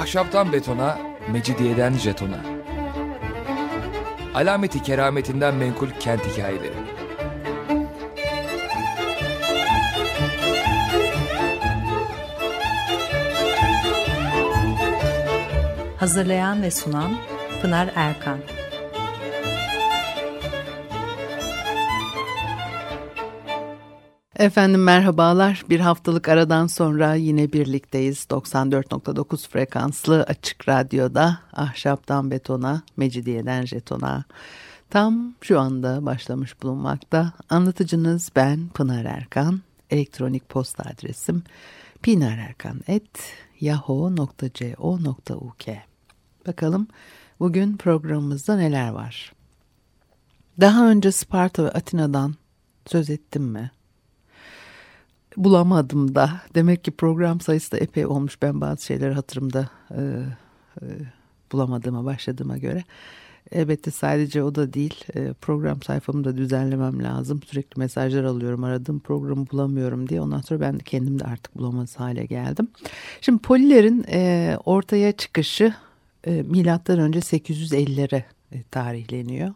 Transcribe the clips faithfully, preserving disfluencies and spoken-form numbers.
Ahşaptan betona, mecidiyeden jetona. Alameti kerametinden menkul kent hikayeleri. Hazırlayan ve sunan Pınar Erkan. Efendim merhabalar. Bir haftalık aradan sonra yine birlikteyiz. doksan dört nokta dokuz frekanslı Açık Radyo'da Ahşaptan Betona, Mecidiyeden Jeton'a tam şu anda başlamış bulunmakta. Anlatıcınız ben Pınar Erkan. Elektronik posta adresim pinarerkan at yahoo nokta co nokta uk. Bakalım bugün programımızda neler var? Daha önce Sparta ve Atina'dan söz ettim mi? Bulamadım da. Demek ki program sayısı da epey olmuş. Ben bazı şeyleri hatırımda e, e, bulamadığıma başladığıma göre. Elbette sadece o da değil. E, program sayfamı da düzenlemem lazım. Sürekli mesajlar alıyorum. Aradığım programı bulamıyorum diye. Ondan sonra ben de kendim de artık bulamaz hale geldim. Şimdi Polilerin e, ortaya çıkışı e, milattan önce sekiz yüz ellilere e, tarihleniyor.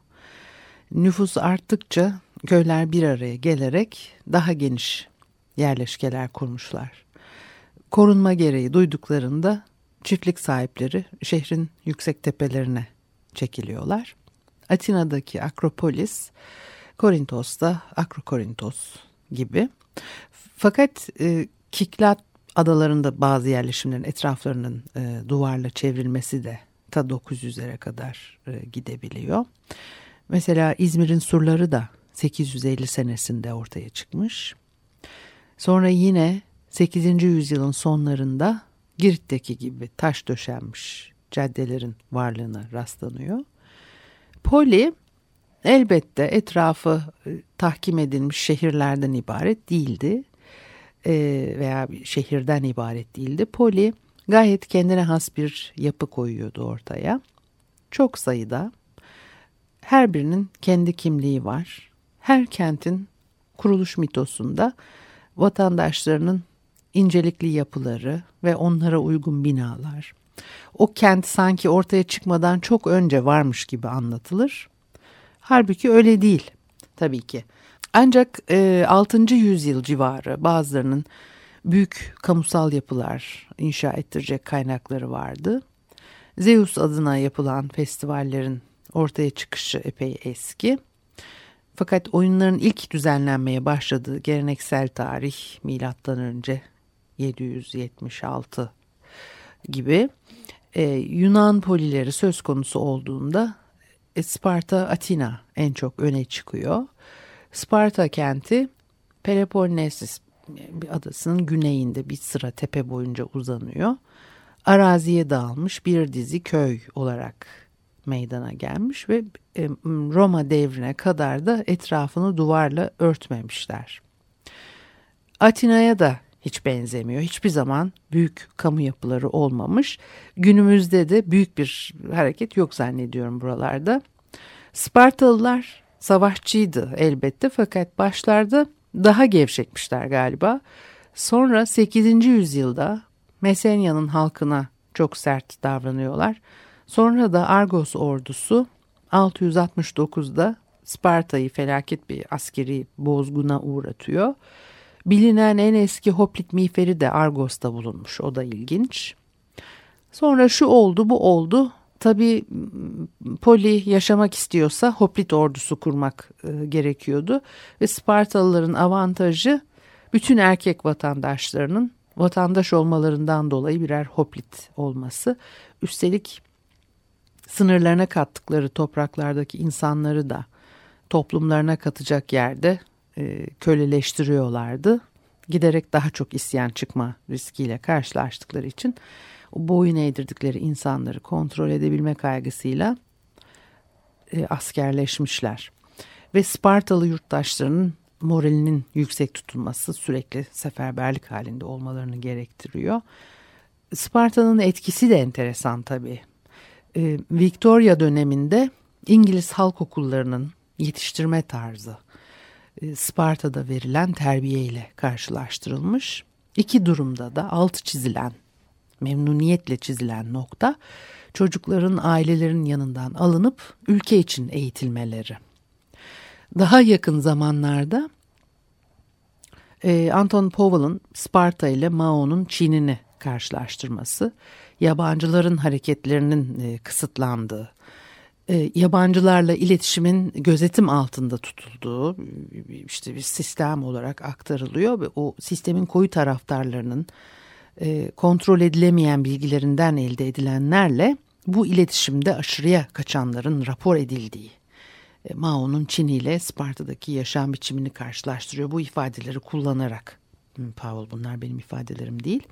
Nüfus arttıkça köyler bir araya gelerek daha geniş yerleşkeler kurmuşlar. Korunma gereği duyduklarında çiftlik sahipleri şehrin yüksek tepelerine çekiliyorlar. Atina'daki Akropolis, Korintos'ta Akrokorintos gibi. Fakat e, Kiklat adalarında bazı yerleşimlerin etraflarının e, duvarla çevrilmesi de ta dokuz yüzlere kadar e, gidebiliyor. Mesela İzmir'in surları da sekiz yüz elli senesinde ortaya çıkmış. Sonra yine sekizinci yüzyılın sonlarında Girit'teki gibi taş döşenmiş caddelerin varlığına rastlanıyor. Poli elbette etrafı tahkim edilmiş şehirlerden ibaret değildi veya bir şehirden ibaret değildi. Poli gayet kendine has bir yapı koyuyordu ortaya. Çok sayıda, her birinin kendi kimliği var. Her kentin kuruluş mitosunda vatandaşlarının incelikli yapıları ve onlara uygun binalar, o kent sanki ortaya çıkmadan çok önce varmış gibi anlatılır. Halbuki öyle değil tabii ki. Ancak e, altıncı yüzyıl civarı bazılarının büyük kamusal yapılar inşa ettirecek kaynakları vardı. Zeus adına yapılan festivallerin ortaya çıkışı epey eski. Fakat oyunların ilk düzenlenmeye başladığı geleneksel tarih milattan önce yedi yüz yetmiş altı gibi. Ee, Yunan polileri söz konusu olduğunda e, Sparta, Atina en çok öne çıkıyor. Sparta kenti Peloponnesus adasının güneyinde bir sıra tepe boyunca uzanıyor. Araziye dağılmış bir dizi köy olarak meydana gelmiş ve Roma devrine kadar da etrafını duvarla örtmemişler. Atina'ya da hiç benzemiyor. Hiçbir zaman büyük kamu yapıları olmamış. Günümüzde de büyük bir hareket yok zannediyorum buralarda. Spartalılar savaşçıydı elbette fakat başlarda daha gevşekmişler galiba. Sonra sekizinci yüzyılda Mesenya'nın halkına çok sert davranıyorlar. Sonra da Argos ordusu altı yüz altmış dokuzda Sparta'yı felaket bir askeri bozguna uğratıyor. Bilinen en eski Hoplit miğferi de Argos'ta bulunmuş. O da ilginç. Sonra şu oldu bu oldu. Tabii Poli yaşamak istiyorsa Hoplit ordusu kurmak e, gerekiyordu. Ve Spartalıların avantajı bütün erkek vatandaşlarının vatandaş olmalarından dolayı birer Hoplit olması. Üstelik sınırlarına kattıkları topraklardaki insanları da toplumlarına katacak yerde e, köleleştiriyorlardı. Giderek daha çok isyan çıkma riskiyle karşılaştıkları için o boyun eğdirdikleri insanları kontrol edebilme kaygısıyla e, askerleşmişler. Ve Spartalı yurttaşlarının moralinin yüksek tutulması sürekli seferberlik halinde olmalarını gerektiriyor. Sparta'nın etkisi de enteresan tabii. Ee, Victoria döneminde İngiliz halk okullarının yetiştirme tarzı e, Sparta'da verilen terbiye ile karşılaştırılmış. İki durumda da altı çizilen memnuniyetle çizilen nokta çocukların ailelerin yanından alınıp ülke için eğitilmeleri. Daha yakın zamanlarda e, Anton Powell'ın Sparta ile Mao'nun Çin'ini karşılaştırması, yabancıların hareketlerinin e, kısıtlandığı, e, yabancılarla iletişimin gözetim altında tutulduğu işte bir sistem olarak aktarılıyor ve o sistemin koyu taraftarlarının e, kontrol edilemeyen bilgilerinden elde edilenlerle bu iletişimde aşırıya kaçanların rapor edildiği, e, Mao'nun Çin ile Sparta'daki yaşam biçimini karşılaştırıyor bu ifadeleri kullanarak. Powell, bunlar benim ifadelerim değil.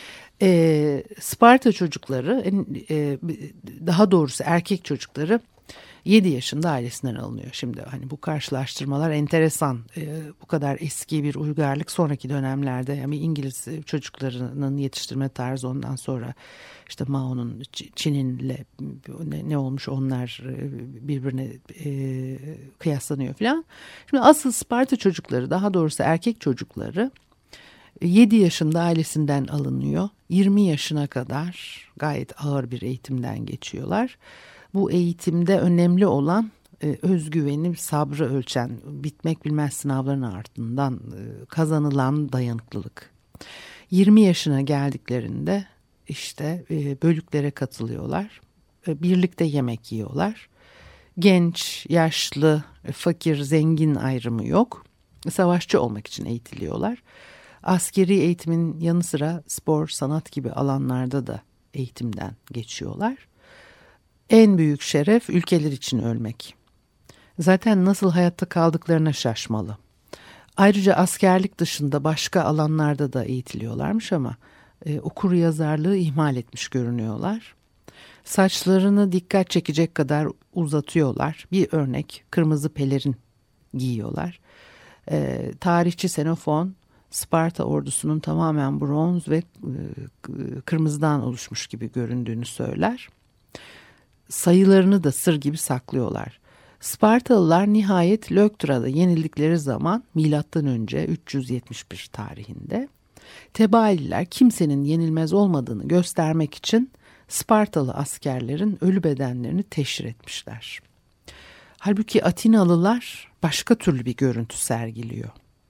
E, Sparta çocukları, e, daha doğrusu erkek çocukları yedi yaşında ailesinden alınıyor. Şimdi hani bu karşılaştırmalar enteresan. E, bu kadar eski bir uygarlık sonraki dönemlerde, yani İngiliz çocuklarının yetiştirme tarzı, ondan sonra işte Mao'nun Çin'inle ne, ne olmuş, onlar birbirine e, kıyaslanıyor falan. Şimdi asıl Sparta çocukları, daha doğrusu erkek çocukları yedi yaşında ailesinden alınıyor. yirmi yaşına kadar gayet ağır bir eğitimden geçiyorlar. Bu eğitimde önemli olan e, özgüveni, sabrı ölçen, bitmek bilmez sınavların ardından e, kazanılan dayanıklılık. yirmi yaşına geldiklerinde işte e, bölüklere katılıyorlar. E, birlikte yemek yiyorlar. Genç, yaşlı, e, fakir, zengin ayrımı yok. Savaşçı olmak için eğitiliyorlar. Askeri eğitimin yanı sıra spor, sanat gibi alanlarda da eğitimden geçiyorlar. En büyük şeref ülkeler için ölmek. Zaten nasıl hayatta kaldıklarına şaşmalı. Ayrıca askerlik dışında başka alanlarda da eğitiliyorlarmış ama e, okur yazarlığı ihmal etmiş görünüyorlar. Saçlarını dikkat çekecek kadar uzatıyorlar. Bir örnek, kırmızı pelerin giyiyorlar. E, tarihçi Xenofon, Sparta ordusunun tamamen bronz ve kırmızıdan oluşmuş gibi göründüğünü söyler. Sayılarını da sır gibi saklıyorlar. Spartalılar nihayet Löktra'da yenildikleri zaman milattan önce üç yüz yetmiş bir tarihinde Tebaililer kimsenin yenilmez olmadığını göstermek için Spartalı askerlerin ölü bedenlerini teşhir etmişler. Halbuki Atinalılar başka türlü bir görüntü sergiliyor.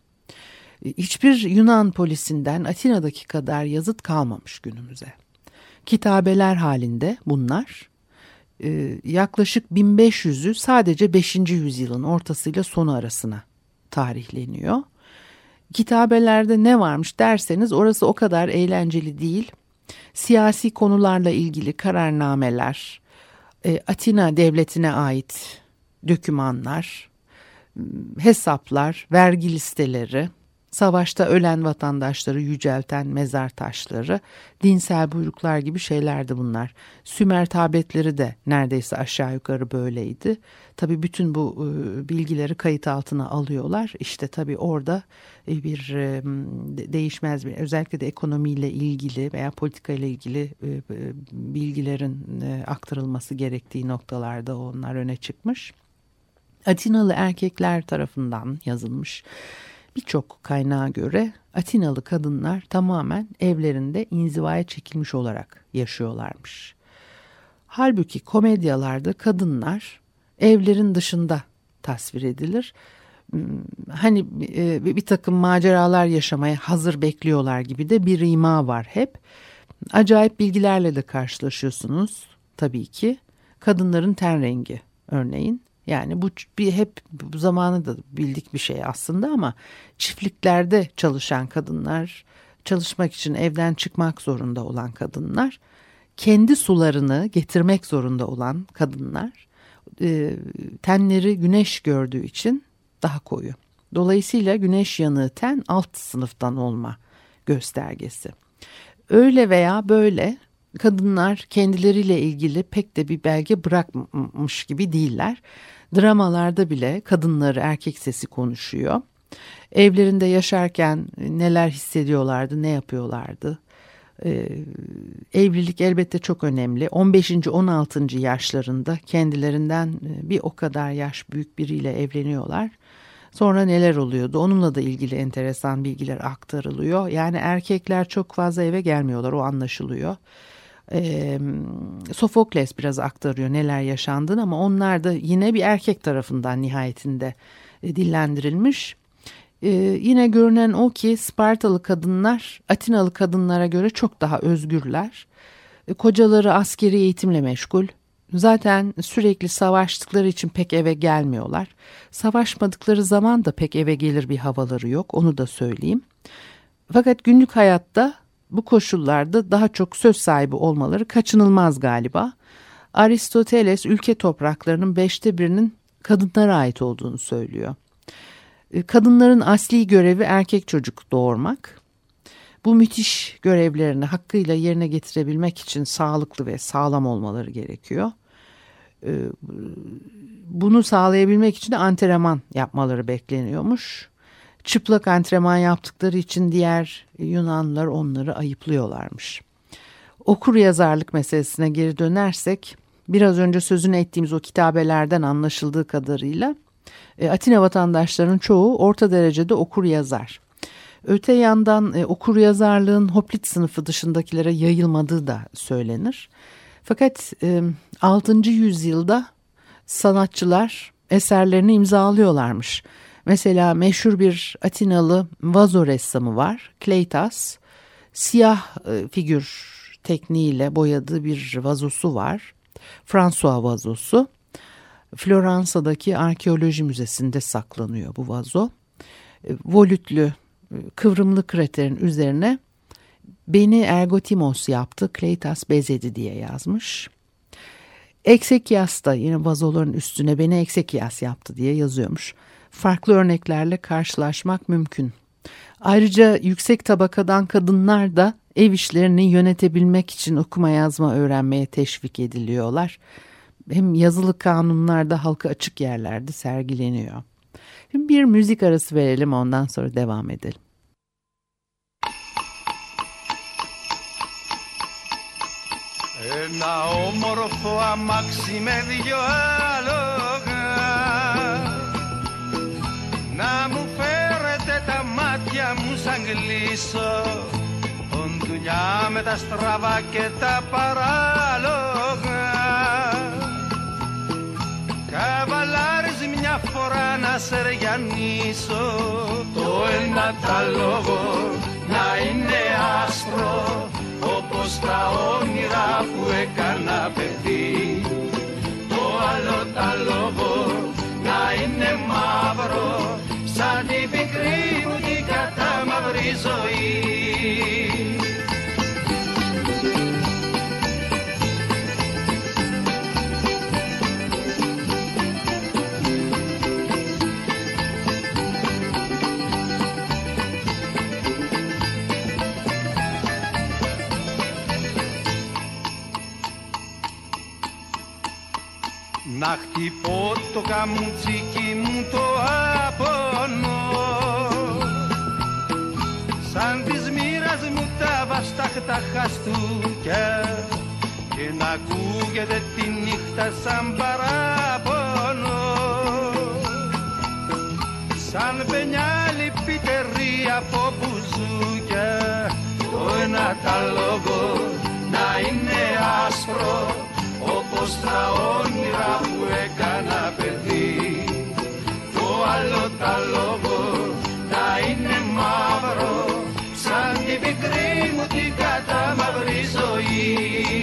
Hiçbir Yunan polisinden Atina'daki kadar yazıt kalmamış günümüze. Kitabeler halinde bunlar, e, yaklaşık bin beş yüzü sadece beşinci yüzyılın ortasıyla sonu arasına tarihleniyor. Kitabelerde ne varmış derseniz orası o kadar eğlenceli değil. Siyasi konularla ilgili kararnameler, e, Atina devletine ait dokümanlar, hesaplar, vergi listeleri, savaşta ölen vatandaşları yücelten mezar taşları, dinsel buyruklar gibi şeylerdi bunlar. Sümer tabletleri de neredeyse aşağı yukarı böyleydi. Tabii bütün bu e, bilgileri kayıt altına alıyorlar. İşte tabii orada e, bir e, değişmez bir, özellikle de ekonomiyle ilgili veya politikayla ilgili e, bilgilerin e, aktarılması gerektiği noktalarda onlar öne çıkmış. Atinalı erkekler tarafından yazılmış birçok kaynağa göre Atinalı kadınlar tamamen evlerinde inzivaya çekilmiş olarak yaşıyorlarmış. Halbuki komedyalarda kadınlar evlerin dışında tasvir edilir. Hani bir takım maceralar yaşamaya hazır bekliyorlar gibi de bir ima var hep. Acayip bilgilerle de karşılaşıyorsunuz tabii ki. Kadınların ten rengi örneğin. Yani bu bir hep bu zamanı da bildik bir şey aslında ama çiftliklerde çalışan kadınlar, çalışmak için evden çıkmak zorunda olan kadınlar, kendi sularını getirmek zorunda olan kadınlar, e, tenleri güneş gördüğü için daha koyu. Dolayısıyla güneş yanığı ten alt sınıftan olma göstergesi. Öyle veya böyle kadınlar kendileriyle ilgili pek de bir belge bırakmış gibi değiller. Dramalarda bile kadınları erkek sesi konuşuyor. Evlerinde yaşarken neler hissediyorlardı, ne yapıyorlardı? Ee, evlilik elbette çok önemli. on beşinci on altıncı yaşlarında kendilerinden bir o kadar yaş büyük biriyle evleniyorlar. Sonra neler oluyordu? Onunla da ilgili enteresan bilgiler aktarılıyor. Yani erkekler çok fazla eve gelmiyorlar, o anlaşılıyor. Ee, Sofokles biraz aktarıyor neler yaşandığını ama onlar da yine bir erkek tarafından nihayetinde e, dillendirilmiş. Ee, yine görünen o ki Spartalı kadınlar Atinalı kadınlara göre çok daha özgürler. E, kocaları askeri eğitimle meşgul. Zaten sürekli savaştıkları için pek eve gelmiyorlar. Savaşmadıkları zaman da pek eve gelir bir havaları yok, onu da söyleyeyim. Fakat günlük hayatta bu koşullarda daha çok söz sahibi olmaları kaçınılmaz galiba. Aristoteles ülke topraklarının beşte birinin kadınlara ait olduğunu söylüyor. Kadınların asli görevi erkek çocuk doğurmak. Bu müthiş görevlerini hakkıyla yerine getirebilmek için sağlıklı ve sağlam olmaları gerekiyor. Bunu sağlayabilmek için de antrenman yapmaları bekleniyormuş. Çıplak antrenman yaptıkları için diğer Yunanlılar onları ayıplıyorlarmış. Okur yazarlık meselesine geri dönersek, biraz önce sözünü ettiğimiz o kitabelerden anlaşıldığı kadarıyla Atina vatandaşlarının çoğu orta derecede okur yazar. Öte yandan e, okur yazarlığın Hoplit sınıfı dışındakilere yayılmadığı da söylenir. Fakat e, altıncı yüzyılda sanatçılar eserlerini imzalıyorlarmış. Mesela meşhur bir Atinalı vazo ressamı var, Kleitas. Siyah e, figür tekniğiyle boyadığı bir vazosu var, François vazosu. Floransa'daki arkeoloji müzesinde saklanıyor bu vazo. E, volütlü, kıvrımlı kraterin üzerine "Beni Ergotimos yaptı, Kleitas bezedi" diye yazmış. Eksekias da yine vazoların üstüne "Beni Eksekias yaptı" diye yazıyormuş. Farklı örneklerle karşılaşmak mümkün. Ayrıca yüksek tabakadan kadınlar da ev işlerini yönetebilmek için okuma yazma öğrenmeye teşvik ediliyorlar. Hem yazılı kanunlar da halka açık yerlerde sergileniyor. Şimdi bir müzik arası verelim, ondan sonra devam edelim. Ένα όμορφο αμάξι με δυο άλογα, να μου φέρετε τα μάτια μου σαν κλείσω, οντουλιά με τα στραβά και τα παράλογα. Καβαλάρεις μια φορά να σεριανίσω, το ένα τα λόγο να είναι άσπρο, όπως τα όνειρα που έκανα παιδί. Το άλλο τα λόγο να είναι μαύρο, σαν την πικρή μου την κατάμαυρη ζωή. Να χτυπώ το καμουτσίκι μου το απονό, σαν της μοίρας μου τα βαστάχτα χαστούκια, και να ακούγεται τη νύχτα σαν παράπονο, σαν παινιά λυπητερή από μπουζούκια. Το ένα τα λόγο να είναι άσπρο, όπως τα όνειρα που έκανα παιδί. Το άλλο τα λόγο να είναι μαύρο, σαν την πικρή μου την κατάμαυρη ζωή.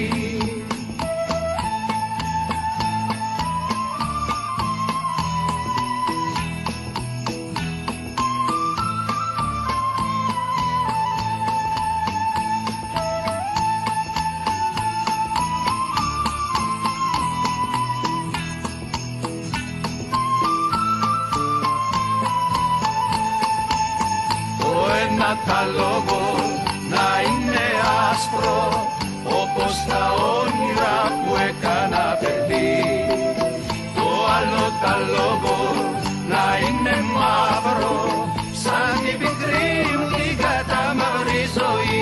Τα λόγο να είναι άσπρο, όπως τα όνειρα που έκανα παιδί. Το άλλο τα λόγο να είναι μαύρο, σαν την πικρή μου την κατάμαυρη ζωή.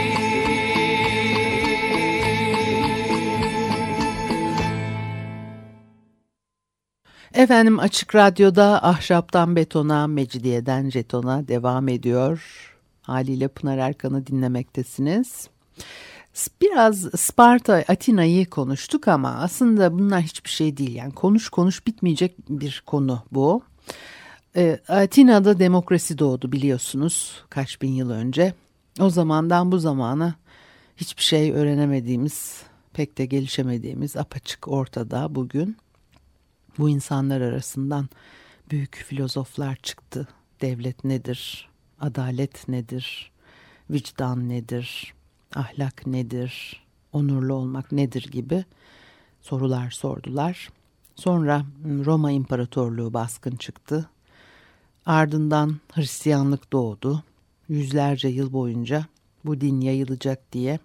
Efendim Açık Radyo'da Ahşaptan Betona, Mecidiyeden Jeton'a devam ediyor. Haliyle Pınar Erkan'ı dinlemektesiniz. Biraz Sparta, Atina'yı konuştuk ama aslında bunlar hiçbir şey değil. Yani konuş konuş bitmeyecek bir konu bu. E, Atina'da demokrasi doğdu biliyorsunuz kaç bin yıl önce. O zamandan bu zamana hiçbir şey öğrenemediğimiz, pek de gelişemediğimiz apaçık ortada bugün. Bu insanlar arasından büyük filozoflar çıktı. Devlet nedir? Adalet nedir? Vicdan nedir? Ahlak nedir? Onurlu olmak nedir gibi sorular sordular. Sonra Roma İmparatorluğu baskın çıktı. Ardından Hristiyanlık doğdu. Yüzlerce yıl boyunca bu din yayılacak diye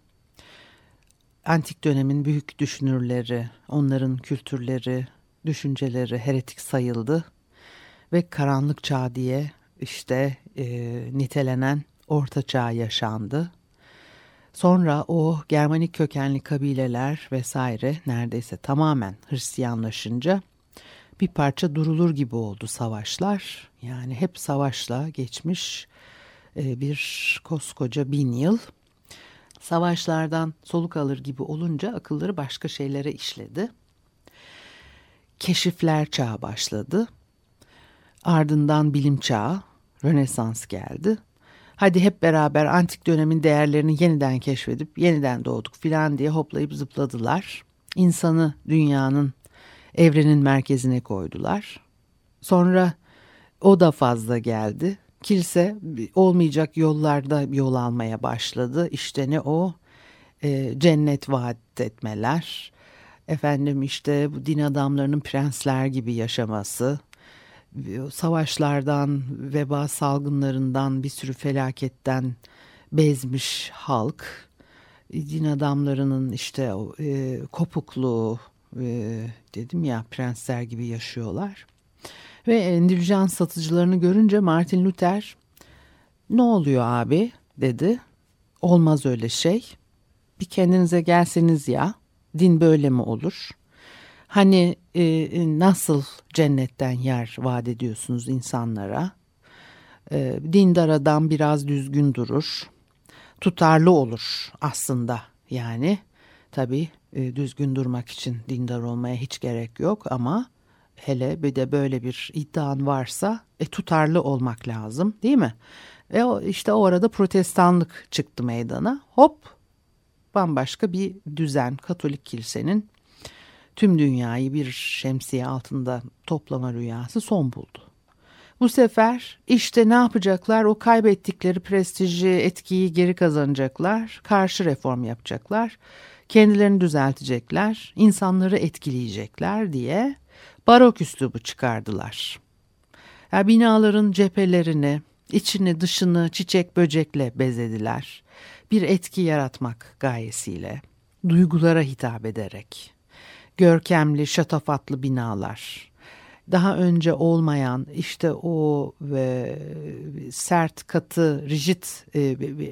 antik dönemin büyük düşünürleri, onların kültürleri, düşünceleri heretik sayıldı ve karanlık çağ diye işte e, nitelenen orta çağ yaşandı. Sonra o Germanik kökenli kabileler vesaire neredeyse tamamen Hristiyanlaşınca bir parça durulur gibi oldu savaşlar. Yani hep savaşla geçmiş e, bir koskoca bin yıl. Savaşlardan soluk alır gibi olunca akılları başka şeylere işledi. Keşifler çağı başladı. Ardından bilim çağı, Rönesans geldi. Hadi hep beraber antik dönemin değerlerini yeniden keşfedip yeniden doğduk filan diye hoplayıp zıpladılar. İnsanı dünyanın, evrenin merkezine koydular. Sonra o da fazla geldi. Kilise olmayacak yollarda yol almaya başladı. İşte ne o? E, cennet vaat etmeler. Efendim işte bu din adamlarının prensler gibi yaşaması. Savaşlardan, veba salgınlarından, bir sürü felaketten bezmiş halk. Din adamlarının işte e, kopukluğu, e, dedim ya prensler gibi yaşıyorlar. Ve endüljans satıcılarını görünce Martin Luther ne oluyor abi dedi. Olmaz öyle şey. Bir kendinize gelseniz ya, din böyle mi olur? Hani e, nasıl cennetten yer vaat ediyorsunuz insanlara? E, dindar adam biraz düzgün durur. Tutarlı olur aslında yani. Tabii e, düzgün durmak için dindar olmaya hiç gerek yok ama hele bir de böyle bir iddian varsa e, tutarlı olmak lazım değil mi? Ve o, işte o arada protestanlık çıktı meydana. Hop bambaşka bir düzen, Katolik kilisenin tüm dünyayı bir şemsiye altında toplama rüyası son buldu. Bu sefer işte ne yapacaklar? O kaybettikleri prestiji, etkiyi geri kazanacaklar. Karşı reform yapacaklar. Kendilerini düzeltecekler. İnsanları etkileyecekler diye barok üslubu çıkardılar. Ya binaların cephelerini, içini dışını çiçek böcekle bezediler. Bir etki yaratmak gayesiyle, duygulara hitap ederek. Görkemli, şatafatlı binalar, daha önce olmayan işte o e, sert, katı, rigid e,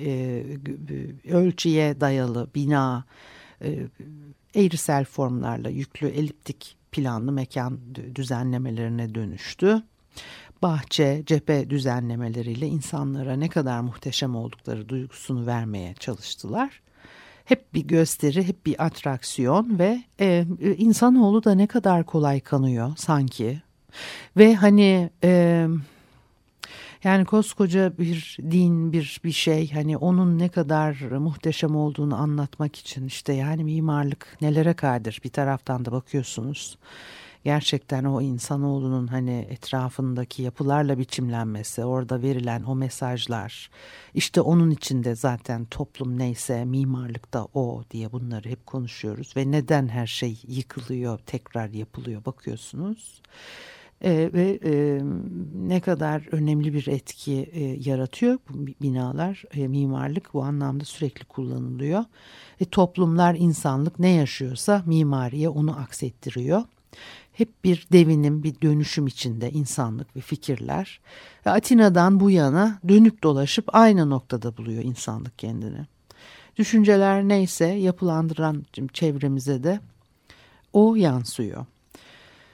e, ölçüye dayalı bina, e, eğrisel formlarla yüklü eliptik planlı mekan düzenlemelerine dönüştü. Bahçe, cephe düzenlemeleriyle insanlara ne kadar muhteşem oldukları duygusunu vermeye çalıştılar. Hep bir gösteri, hep bir atraksiyon ve e, insanoğlu da ne kadar kolay kanıyor sanki. Ve hani e, yani koskoca bir din, bir bir şey, hani onun ne kadar muhteşem olduğunu anlatmak için işte yani mimarlık nelere kadir bir taraftan da bakıyorsunuz. Gerçekten o insanoğlunun hani etrafındaki yapılarla biçimlenmesi, orada verilen o mesajlar, işte onun içinde zaten toplum neyse mimarlık da o diye bunları hep konuşuyoruz ve neden her şey yıkılıyor, tekrar yapılıyor bakıyorsunuz. Ee, ve e, ne kadar önemli bir etki e, yaratıyor bu binalar, e, mimarlık bu anlamda sürekli kullanılıyor. E, toplumlar, insanlık ne yaşıyorsa mimariye onu aksettiriyor. Hep bir devinim, bir dönüşüm içinde insanlık ve fikirler. Ve Atina'dan bu yana dönüp dolaşıp aynı noktada buluyor insanlık kendini. Düşünceler neyse yapılandıran çevremize de o yansıyor.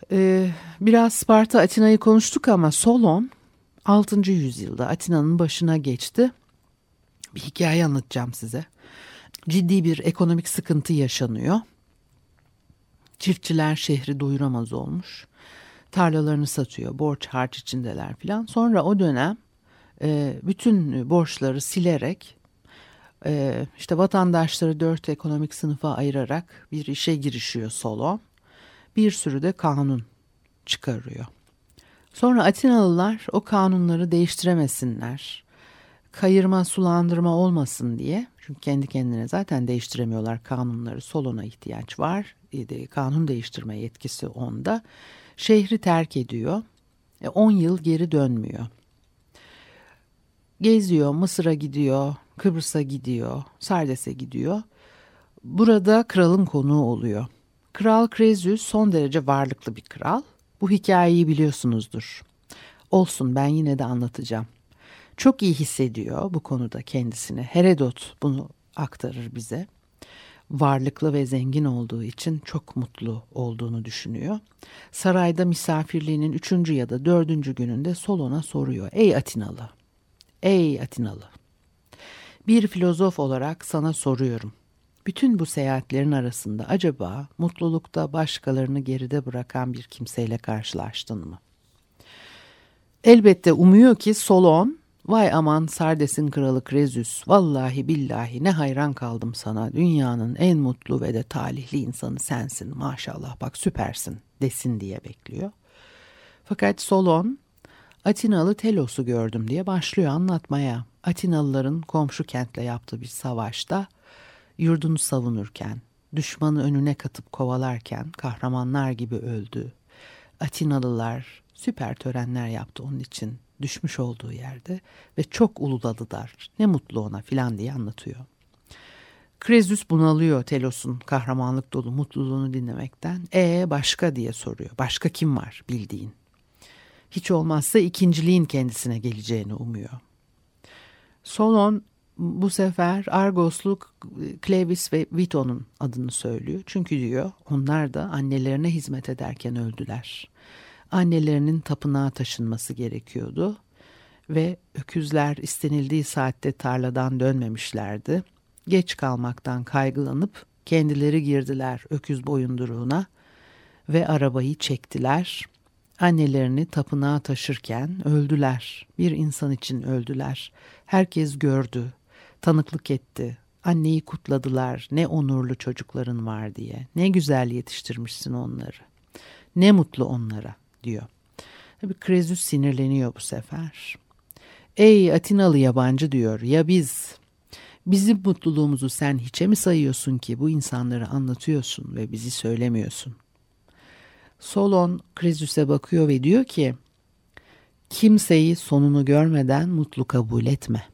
Ee, biraz Sparta Atina'yı konuştuk ama Solon altıncı yüzyılda Atina'nın başına geçti. Bir hikaye anlatacağım size. Ciddi bir ekonomik sıkıntı yaşanıyor. Çiftçiler şehri doyuramaz olmuş. Tarlalarını satıyor, borç harç içindeler filan. Sonra o dönem e, bütün borçları silerek e, işte vatandaşları dört ekonomik sınıfa ayırarak bir işe girişiyor Solon. Bir sürü de kanun çıkarıyor. Sonra Atinalılar o kanunları değiştiremesinler. Kayırma, sulandırma olmasın diye. Çünkü kendi kendine zaten değiştiremiyorlar kanunları. Solon'a ihtiyaç var. Kanun değiştirme yetkisi onda. Şehri terk ediyor. on yıl geri dönmüyor. Geziyor, Mısır'a gidiyor, Kıbrıs'a gidiyor, Sardes'e gidiyor. Burada kralın konuğu oluyor. Kral Krezus son derece varlıklı bir kral. Bu hikayeyi biliyorsunuzdur. Olsun, ben yine de anlatacağım. Çok iyi hissediyor bu konuda kendisini. Herodot bunu aktarır bize. Varlıklı ve zengin olduğu için çok mutlu olduğunu düşünüyor. Sarayda misafirliğinin üçüncü ya da dördüncü gününde Solon'a soruyor. Ey Atinalı, ey Atinalı, bir filozof olarak sana soruyorum. Bütün bu seyahatlerin arasında acaba mutlulukta başkalarını geride bırakan bir kimseyle karşılaştın mı? Elbette umuyor ki Solon, vay aman Sardes'in kralı Krezus, vallahi billahi ne hayran kaldım sana, dünyanın en mutlu ve de talihli insanı sensin, maşallah bak süpersin desin diye bekliyor. Fakat Solon, Atinalı Telos'u gördüm diye başlıyor anlatmaya. Atinalıların komşu kentle yaptığı bir savaşta yurdunu savunurken, düşmanı önüne katıp kovalarken kahramanlar gibi öldü. Atinalılar süper törenler yaptı onun için düşmüş olduğu yerde ve çok ululadılar. Ne mutlu ona filan diye anlatıyor. Krezus bunalıyor Telos'un kahramanlık dolu mutluluğunu dinlemekten. E başka diye soruyor. Başka kim var bildiğin? Hiç olmazsa ikinciliğin kendisine geleceğini umuyor. Solon bu sefer Argoslu Klevis ve Vito'nun adını söylüyor. Çünkü diyor onlar da annelerine hizmet ederken öldüler. Annelerinin tapınağa taşınması gerekiyordu ve öküzler istenildiği saatte tarladan dönmemişlerdi. Geç kalmaktan kaygılanıp kendileri girdiler öküz boyunduruğuna ve arabayı çektiler. Annelerini tapınağa taşırken öldüler. Bir insan için öldüler. Herkes gördü, tanıklık etti. Anneyi kutladılar. Ne onurlu çocukların var diye. Ne güzel yetiştirmişsin onları. Ne mutlu onlara diyor. Tabii Krezus sinirleniyor bu sefer. Ey Atinalı yabancı diyor. Ya biz, bizim mutluluğumuzu sen hiçe mi sayıyorsun ki bu insanları anlatıyorsun ve bizi söylemiyorsun? Solon Krezus'e bakıyor ve diyor ki kimseyi sonunu görmeden mutlu kabul etme.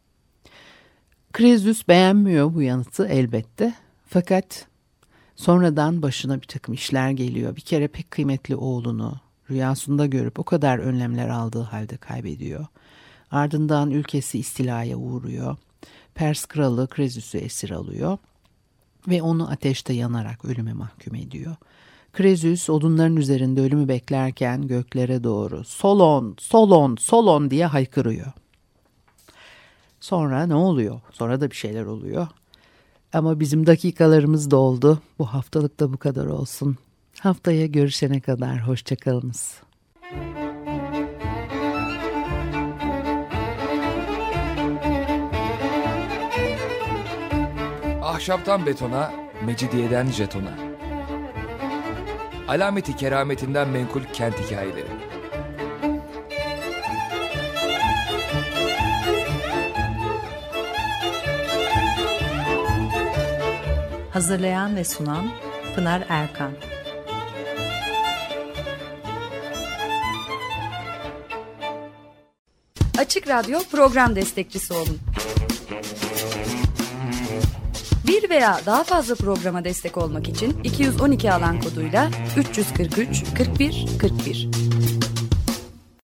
Krezus beğenmiyor bu yanıtı elbette. Fakat sonradan başına bir takım işler geliyor. Bir kere pek kıymetli oğlunu rüyasında görüp o kadar önlemler aldığı halde kaybediyor. Ardından ülkesi istilaya uğruyor. Pers kralı Krezus'u esir alıyor ve onu ateşte yanarak ölüme mahkum ediyor. Krezus odunların üzerinde ölümü beklerken göklere doğru Solon, Solon, Solon diye haykırıyor. Sonra ne oluyor? Sonra da bir şeyler oluyor. Ama bizim dakikalarımız doldu. Bu haftalık da bu kadar olsun. Haftaya görüşene kadar hoşçakalınız. Ahşaptan betona, mecidiyeden jetona. Alameti kerametinden menkul kent hikayeleri. Hazırlayan ve sunan Pınar Erkan. Açık Radyo program destekçisi olun. Bir veya daha fazla programa destek olmak için iki yüz on iki alan koduyla üç yüz kırk üç kırk bir kırk bir